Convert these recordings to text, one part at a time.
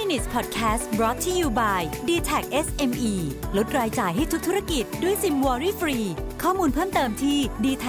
Minutes Podcast brought to you by DTAC SME ลดรายจ่ายให้ทุกธุรกิจด้วยซิมวอรี่ฟรีข้อมูลเพิ่มเติมที่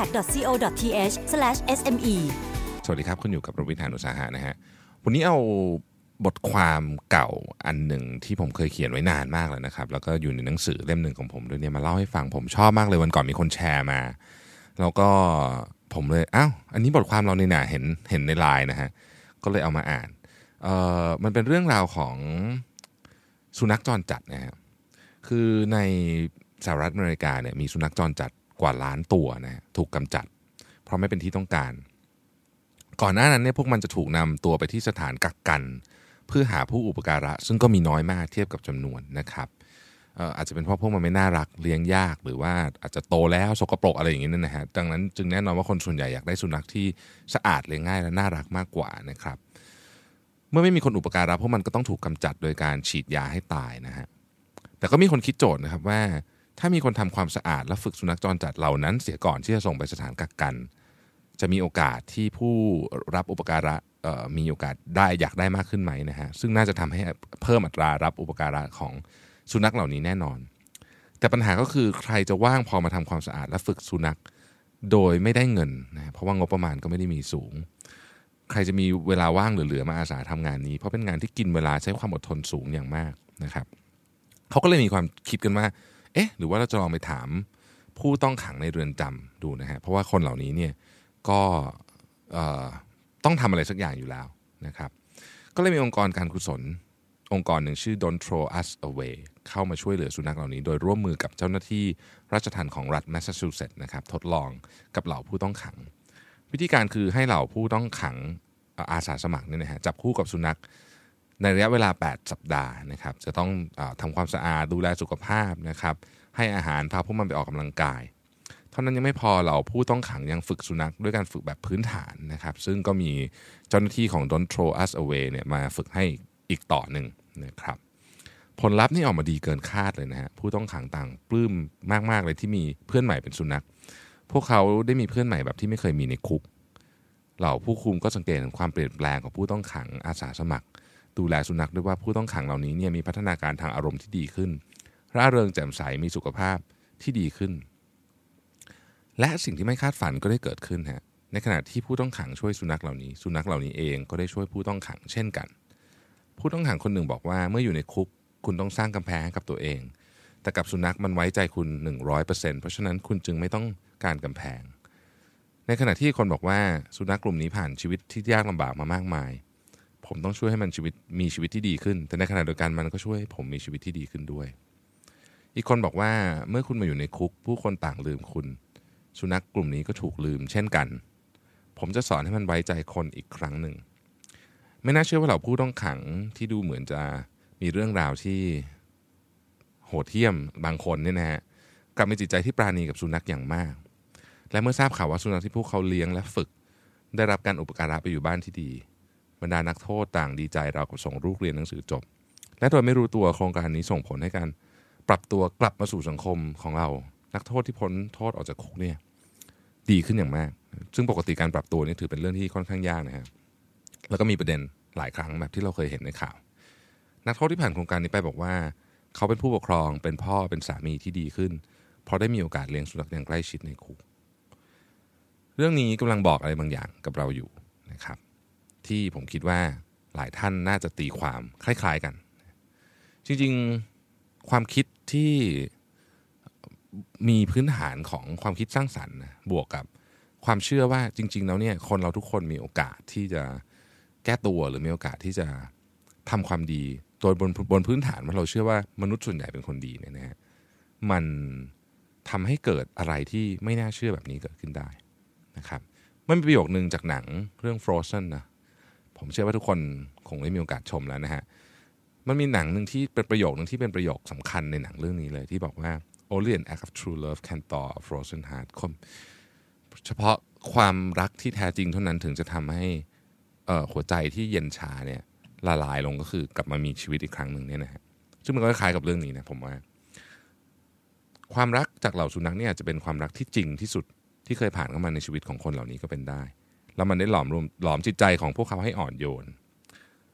dtac.co.th/sme สวัสดีครับคุณอยู่กับรวิทย์ หาญอุตสาหะนะฮะวันนี้เอาบทความเก่าอันหนึ่งที่ผมเคยเขียนไว้นานมากแล้วนะครับแล้วก็อยู่ในหนังสือเล่มหนึ่งของผมด้วยเนี่ยมาเล่าให้ฟังผมชอบมากเลยวันก่อนมีคนแชร์มาแล้วก็ผมเลยอันนี้บทความเราในหนาเห็นในไลน์นะฮะก็เลยเอามาอ่านมันเป็นเรื่องราวของสุนัขจรจัดนะฮะคือในสหรัฐอเมริกาเนี่ยมีสุนัขจรจัดกว่าล้านตัวนะถูกกำจัดเพราะไม่เป็นที่ต้องการก่อนหน้านั้นเนี่ยพวกมันจะถูกนำตัวไปที่สถานกักกันเพื่อหาผู้อุปการะซึ่งก็มีน้อยมากเทียบกับจำนวนนะครับอาจจะเป็นเพราะพวกมันไม่น่ารักเลี้ยงยากหรือว่าอาจจะโตแล้วสกปรกอะไรอย่างนี้นั่นนะฮะดังนั้นจึงแน่นอนว่าคนส่วนใหญ่อยากได้สุนัขที่สะอาดเลี้ยงง่ายและน่ารักมากกว่านะครับเมื่อไม่มีคนอุปการะพวกมันก็ต้องถูกกำจัดโดยการฉีดยาให้ตายนะฮะแต่ก็มีคนคิดโจทย์นะครับว่าถ้ามีคนทำความสะอาดและฝึกสุนัขจรจัดเหล่านั้นเสียก่อนที่จะส่งไปสถานกักกันจะมีโอกาสที่ผู้รับอุปการะมีโอกาสได้อยากได้มากขึ้นไหมนะฮะซึ่งน่าจะทำให้เพิ่มอัตรารับอุปการะของสุนัขเหล่านี้แน่นอนแต่ปัญหาก็คือใครจะว่างพอมาทำความสะอาดและฝึกสุนัขโดยไม่ได้เงินนะเพราะว่างบประมาณก็ไม่ได้มีสูงใครจะมีเวลาว่างเหลือๆมาอาสาทำงานนี้เพราะเป็นงานที่กินเวลาใช้ความอดทนสูงอย่างมากนะครับเขาก็เลยมีความคิดกันว่าหรือว่าเราจะลองไปถามผู้ต้องขังในเรือนจำดูนะฮะเพราะว่าคนเหล่านี้เนี่ยก็ต้องทำอะไรสักอย่างอยู่แล้วนะครับก็เลยมีองค์กรการกุศลองค์กรหนึ่งชื่อ Don't Throw Us Away เข้ามาช่วยเหลือสุนัขเหล่านี้โดยร่วมมือกับเจ้าหน้าที่ราชทัณฑ์ของรัฐแมสซาชูเซตส์นะครับทดลองกับเหล่าผู้ต้องขังวิธีการคือให้เหล่าผู้ต้องขังอาสาสมัครเนี่ยนะฮะจับคู่กับสุนัขในระยะเวลา8สัปดาห์นะครับจะต้องทำความสะอาดดูแลสุขภาพนะครับให้อาหารพาพวกมันไปออกกำลังกายเท่านั้นยังไม่พอเราผู้ต้องขังยังฝึกสุนัขด้วยการฝึกแบบพื้นฐานนะครับซึ่งก็มีเจ้าหน้าที่ของ Don't Throw Us Away เนี่ยมาฝึกให้อีกต่อหนึ่งนะครับผลลัพธ์นี่ออกมาดีเกินคาดเลยนะฮะผู้ต้องขังต่างปลื้มมากๆเลยที่มีเพื่อนใหม่เป็นสุนัขพวกเขาได้มีเพื่อนใหม่แบบที่ไม่เคยมีในคุกเหล่าผู้คุมก็สังเกตเห็นความเปลี่ยนแปลงของผู้ต้องขังอาสาสมัครดูแลสุนัขด้วยว่าผู้ต้องขังเหล่านี้เนี่ยมีพัฒนาการทางอารมณ์ที่ดีขึ้นร่าเริงแจ่มใสมีสุขภาพที่ดีขึ้นและสิ่งที่ไม่คาดฝันก็ได้เกิดขึ้นฮะในขณะที่ผู้ต้องขังช่วยสุนัขเหล่านี้เองก็ได้ช่วยผู้ต้องขังเช่นกันผู้ต้องขังคนหนึ่งบอกว่าเมื่ออยู่ในคุกคุณต้องสร้างกำแพงให้กับตัวเองแต่กับสุนัขมันไว้ใจคุณ 100% เพราะฉะนั้นคุณจึงไม่ต้องการกำแพงในขณะที่คนบอกว่าสุนัขกลุ่มนี้ผ่านชีวิตที่ยากลำบากมามากมายผมต้องช่วยให้มันมีชีวิตที่ดีขึ้นแต่ในขณะเดียวกันมันก็ช่วยให้ผมมีชีวิตที่ดีขึ้นด้วยอีกคนบอกว่าเมื่อคุณมาอยู่ในคุกผู้คนต่างลืมคุณสุนัขกลุ่มนี้ก็ถูกลืมเช่นกันผมจะสอนให้มันไว้ใจคนอีกครั้งหนึ่งไม่น่าเชื่อว่าเหล่าผู้ต้องขังที่ดูเหมือนจะมีเรื่องราวที่โหดเหี้ยมบางคนเนี่ยนะฮะกลับมีจิตใจที่ปราณีกับสุนัขอย่างมากและเมื่อทราบข่าวว่าสุนัขที่พวกเขาเลี้ยงและฝึกได้รับการอุปการะไปอยู่บ้านที่ดีบรรดานักโทษต่างดีใจราวกับส่งลูกเรียนหนังสือจบและโดยไม่รู้ตัวโครงการนี้ส่งผลให้การปรับตัวกลับมาสู่สังคมของเรานักโทษที่พ้นโทษออกจากคุกเนี่ยดีขึ้นอย่างมากซึ่งปกติการปรับตัวนี่ถือเป็นเรื่องที่ค่อนข้างยากนะฮะแล้วก็มีประเด็นหลายครั้งแบบที่เราเคยเห็นในข่าวนักโทษที่ผ่านโครงการนี้ไปบอกว่าเขาเป็นผู้ปกครองเป็นพ่อเป็นสามีที่ดีขึ้นเพราะได้มีโอกาสเลี้ยงสุนัขอย่างใกล้ชิดในคุกเรื่องนี้กำลังบอกอะไรบางอย่างกับเราอยู่นะครับที่ผมคิดว่าหลายท่านน่าจะตีความคล้ายๆกันจริงๆความคิดที่มีพื้นฐานของความคิดสร้างสรรค์นะบวกกับความเชื่อว่าจริงๆแล้วเนี่ยคนเราทุกคนมีโอกาสที่จะแก้ตัวหรือมีโอกาสที่จะทำความดีโดยบนพื้นฐานว่าเราเชื่อว่ามนุษย์ส่วนใหญ่เป็นคนดีเนี่ยนะฮะมันทำให้เกิดอะไรที่ไม่น่าเชื่อแบบนี้เกิดขึ้นได้นะครับมันมีประโยคนึงจากหนังเรื่อง Frozen นะผมเชื่อว่าทุกคนคงได้มีโอกาสชมแล้วนะฮะมันมีหนังนึงที่เป็นประโยคนึงที่เป็นประโยคสำคัญในหนังเรื่องนี้เลยที่บอกว่า Only an act of true love can thaw a frozen heart เฉพาะความรักที่แท้จริงเท่านั้นถึงจะทำให้หัวใจที่เย็นชาเนี่ยละลายลงก็คือกลับมามีชีวิตอีกครั้งหนึ่งเนี่ยนะฮะซึ่งมันก็คล้ายกับเรื่องนี้นะผมว่าความรักจากเหล่าสุนัขเนี่ยอาจจะเป็นความรักที่จริงที่สุดที่เคยผ่านเข้ามาในชีวิตของคนเหล่านี้ก็เป็นได้แล้วมันได้หลอมจิตใจของพวกเขาให้อ่อนโยน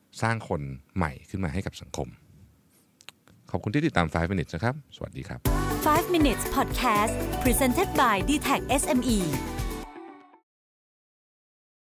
สร้างคนใหม่ขึ้นมาให้กับสังคมขอบคุณที่ติดตาม 5 minutes นะครับสวัสดีครับ 5 minutes podcast presented by DTAC SME